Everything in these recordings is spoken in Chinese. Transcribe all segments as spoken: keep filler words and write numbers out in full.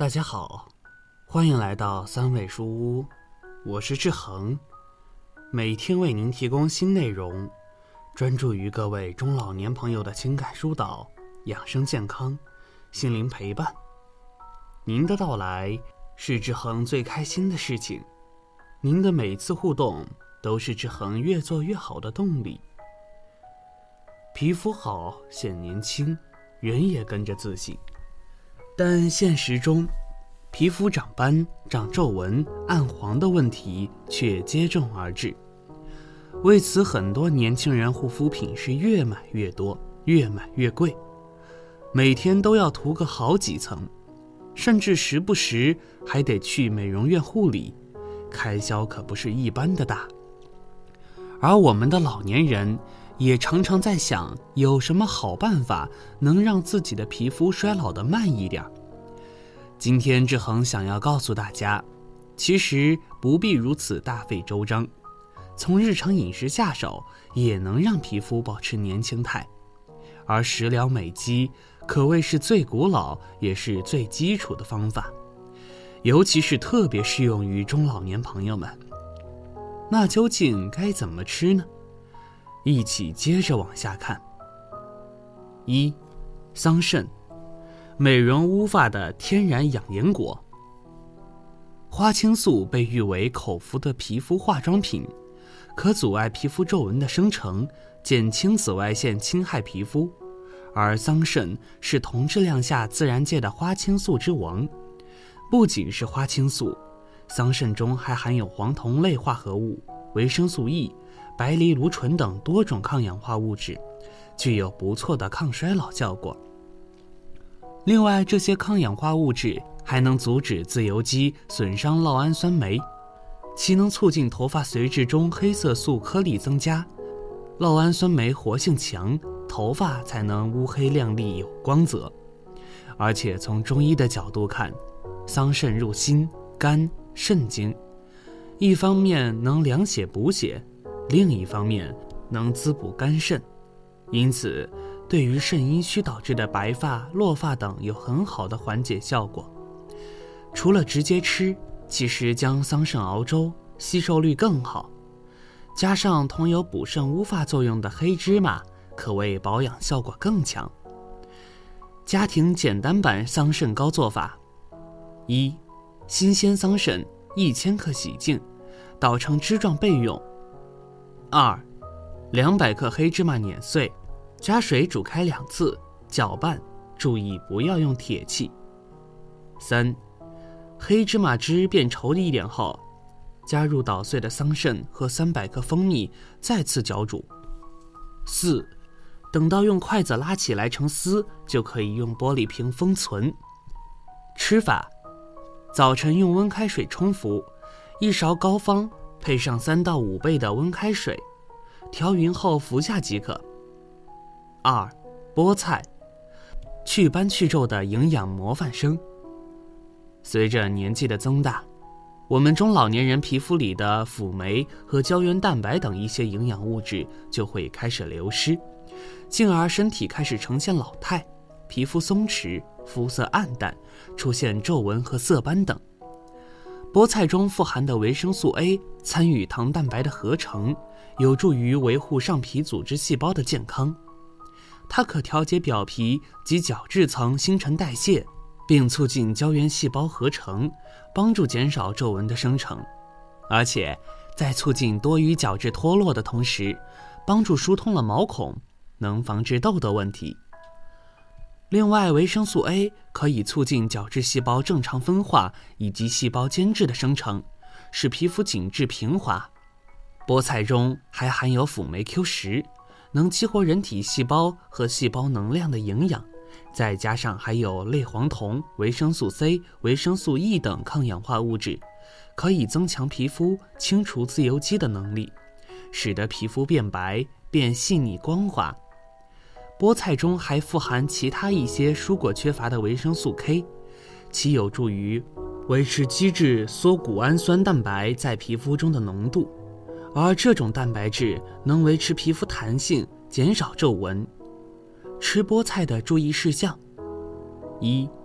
大家好，欢迎来到三味书屋，我是志恒，每天为您提供新内容，专注于各位中老年朋友的情感疏导、养生健康、心灵陪伴。您的到来是志恒最开心的事情，您的每次互动都是志恒越做越好的动力。皮肤好显年轻，人也跟着自信。但现实中，皮肤长斑、长皱纹、暗黄的问题却接踵而至。为此，很多年轻人护肤品是越买越多，越买越贵，每天都要涂个好几层，甚至时不时还得去美容院护理，开销可不是一般的大。而我们的老年人也常常在想，有什么好办法能让自己的皮肤衰老得慢一点。今天志恒想要告诉大家，其实不必如此大费周章，从日常饮食下手也能让皮肤保持年轻态。而食疗美肌可谓是最古老也是最基础的方法，尤其是特别适用于中老年朋友们。那究竟该怎么吃呢？一起接着往下看。一、桑葚，美容乌发的天然养颜果。花青素被誉为口服的皮肤化妆品，可阻碍皮肤皱纹的生成，减轻紫外线侵害皮肤。而桑葚是同质量下自然界的花青素之王。不仅是花青素，桑葚中还含有黄酮类化合物、维生素 E、白藜芦醇等多种抗氧化物质，具有不错的抗衰老效果。另外，这些抗氧化物质还能阻止自由基损伤酪氨酸酶，其能促进头发髓质中黑色素颗粒增加，酪氨酸酶活性强，头发才能乌黑亮丽有光泽。而且从中医的角度看，桑葚入心、肝、肾经，一方面能凉血补血，另一方面能滋补肝肾，因此对于肾阴虚导致的白发、落发等有很好的缓解效果。除了直接吃，其实将桑葚熬粥吸收率更好，加上同有补肾乌发作用的黑芝麻，可谓保养效果更强。家庭简单版桑葚膏做法：一、新鲜桑葚一千克洗净，捣成汁状备用。二、两百克黑芝麻碾碎，加水煮开两次，搅拌，注意不要用铁器。三、黑芝麻汁变稠一点后，加入捣碎的桑葚和三百克蜂蜜，再次搅煮。四、等到用筷子拉起来成丝，就可以用玻璃瓶封存。吃法：早晨用温开水冲服，一勺膏方配上三到五倍的温开水，调匀后服下即可。二、菠菜，祛斑去皱的营养模范生。随着年纪的增大，我们中老年人皮肤里的辅酶和胶原蛋白等一些营养物质就会开始流失，进而身体开始呈现老态，皮肤松弛，肤色暗淡，出现皱纹和色斑等。菠菜中富含的维生素 A 参与糖蛋白的合成，有助于维护上皮组织细胞的健康。它可调节表皮及角质层新陈代谢，并促进胶原细胞合成，帮助减少皱纹的生成。而且在促进多余角质脱落的同时，帮助疏通了毛孔，能防治痘痘问题。另外，维生素 A 可以促进角质细胞正常分化以及细胞间质的生成，使皮肤紧致平滑。菠菜中还含有辅酶 Q 十，能激活人体细胞和细胞能量的营养，再加上还有类黄酮、维生素 C、维生素 E 等抗氧化物质，可以增强皮肤清除自由基的能力，使得皮肤变白、变细腻光滑。菠菜中还富含其他一些蔬果缺乏的维生素 K， 其有助于维持基质缩谷氨酸蛋白在皮肤中的浓度，而这种蛋白质能维持皮肤弹性，减少皱纹。吃菠菜的注意事项：一、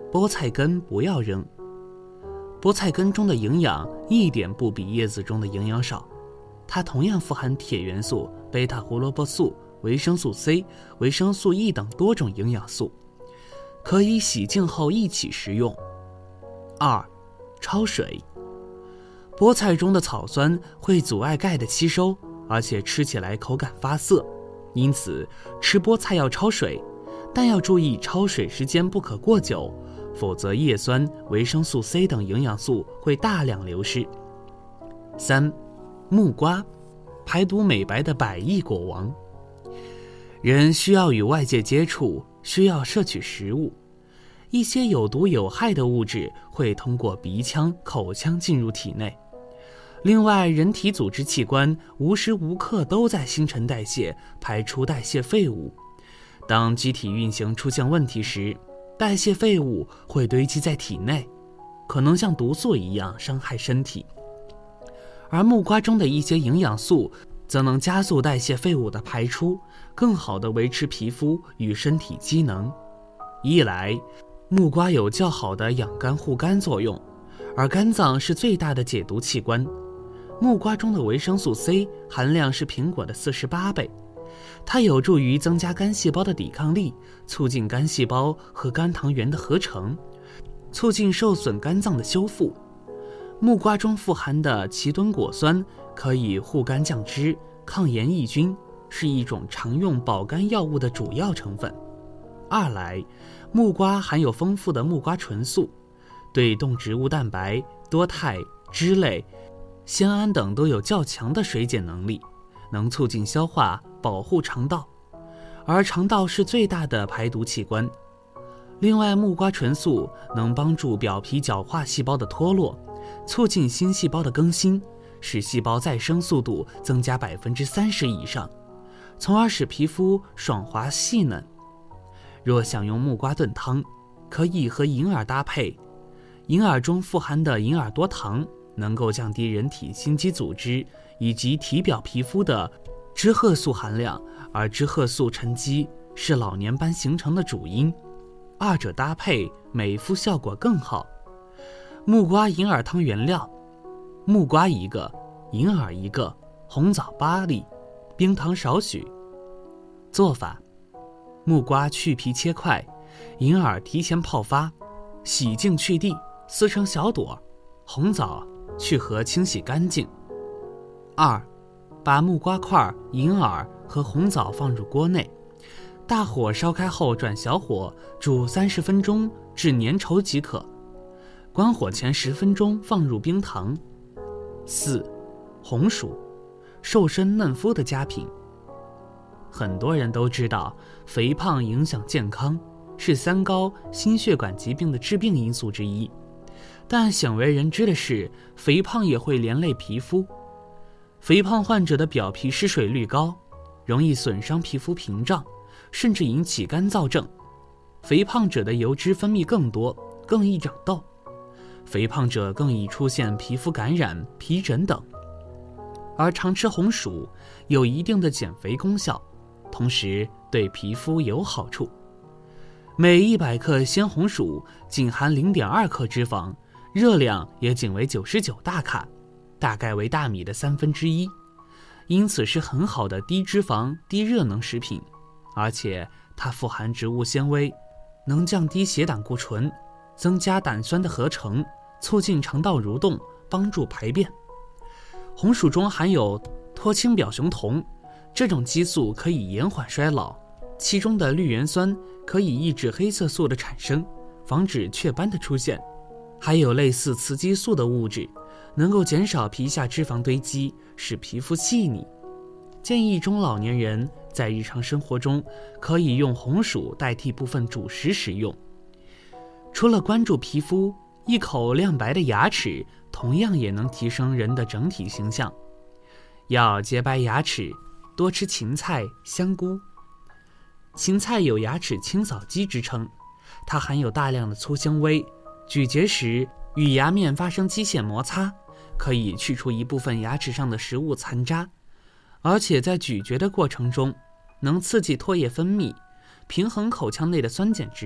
菠菜根不要扔。菠菜根中的营养一点不比叶子中的营养少，它同样富含铁元素、贝塔胡萝卜素、维生素 C、维生素 E 等多种营养素，可以洗净后一起食用。二、焯水。菠菜中的草酸会阻碍钙的吸收，而且吃起来口感发涩，因此吃菠菜要焯水，但要注意焯水时间不可过久，否则叶酸、维生素 C 等营养素会大量流失。三、木瓜，排毒美白的百亿果王。人需要与外界接触，需要摄取食物，一些有毒有害的物质会通过鼻腔、口腔进入体内。另外，人体组织器官无时无刻都在新陈代谢，排出代谢废物。当机体运行出现问题时，代谢废物会堆积在体内，可能像毒素一样伤害身体。而木瓜中的一些营养素则能加速代谢废物的排出，更好地维持皮肤与身体机能。一来，木瓜有较好的养肝护肝作用，而肝脏是最大的解毒器官。木瓜中的维生素 C 含量是苹果的四十八倍，它有助于增加肝细胞的抵抗力，促进肝细胞和肝糖原的合成，促进受损肝脏的修复。木瓜中富含的奇敦果酸可以护肝降脂、抗炎抑菌，是一种常用保肝药物的主要成分。二来，木瓜含有丰富的木瓜醇素，对动植物蛋白、多肽、脂类、酰胺等都有较强的水解能力，能促进消化，保护肠道，而肠道是最大的排毒器官。另外，木瓜醇素能帮助表皮角化细胞的脱落，促进新细胞的更新，使细胞再生速度增加 百分之三十 以上，从而使皮肤爽滑细嫩。若想用木瓜炖汤，可以和银耳搭配，银耳中富含的银耳多糖能够降低人体心肌组织以及体表皮肤的脂褐素含量，而脂褐素沉积是老年斑形成的主因，二者搭配美肤效果更好。木瓜银耳汤原料：木瓜一个，银耳一个，红枣八粒，冰糖少许。做法：木瓜去皮切块，银耳提前泡发，洗净去蒂，撕成小朵，红枣去核清洗干净。二、把木瓜块、银耳和红枣放入锅内，大火烧开后转小火煮三十分钟至粘稠即可。关火前十分钟放入冰糖。四、红薯，瘦身嫩肤的佳品。很多人都知道，肥胖影响健康，是三高、心血管疾病的致病因素之一。但鲜为人知的是，肥胖也会连累皮肤。肥胖患者的表皮失水率高，容易损伤皮肤屏障，甚至引起干燥症。肥胖者的油脂分泌更多，更易长痘。肥胖者更易出现皮肤感染、皮疹等。而常吃红薯有一定的减肥功效，同时对皮肤有好处。每一百克鲜红薯仅含 零点二 克脂肪，热量也仅为九十九大卡，大概为大米的三分之一，因此是很好的低脂肪、低热能食品。而且它富含植物纤维，能降低血胆固醇，增加胆酸的合成，促进肠道蠕动，帮助排便。红薯中含有脱氢表雄酮，这种激素可以延缓衰老，其中的绿原酸可以抑制黑色素的产生，防止雀斑的出现。还有类似雌激素的物质，能够减少皮下脂肪堆积，使皮肤细腻。建议中老年人在日常生活中可以用红薯代替部分主食食用。除了关注皮肤，一口亮白的牙齿同样也能提升人的整体形象。要洁白牙齿，多吃芹菜、香菇。芹菜有牙齿清扫机之称，它含有大量的粗纤维，咀嚼时与牙面发生机械摩擦，可以去除一部分牙齿上的食物残渣，而且在咀嚼的过程中能刺激唾液分泌，平衡口腔内的酸碱值，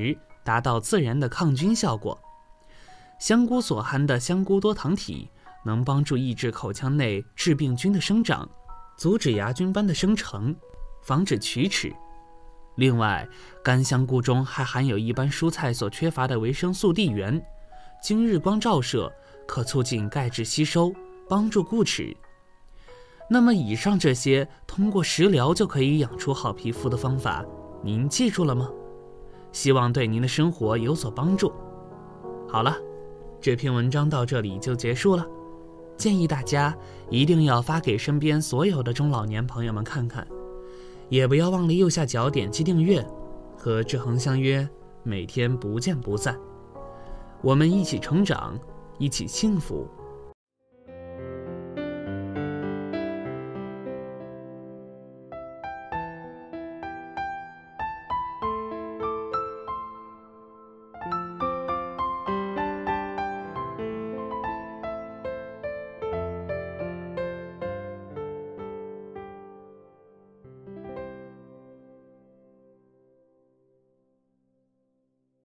达到自然的抗菌效果。香菇所含的香菇多糖体能帮助抑制口腔内致病菌的生长，阻止牙菌斑的生成，防止龋齿。另外，干香菇中还含有一般蔬菜所缺乏的维生素 D 源，经日光照射可促进钙质吸收，帮助固齿。那么以上这些通过食疗就可以养出好皮肤的方法，您记住了吗？希望对您的生活有所帮助。好了，这篇文章到这里就结束了，建议大家一定要发给身边所有的中老年朋友们看看，也不要忘了右下角点击订阅，和志恒相约，每天不见不散。我们一起成长，一起幸福。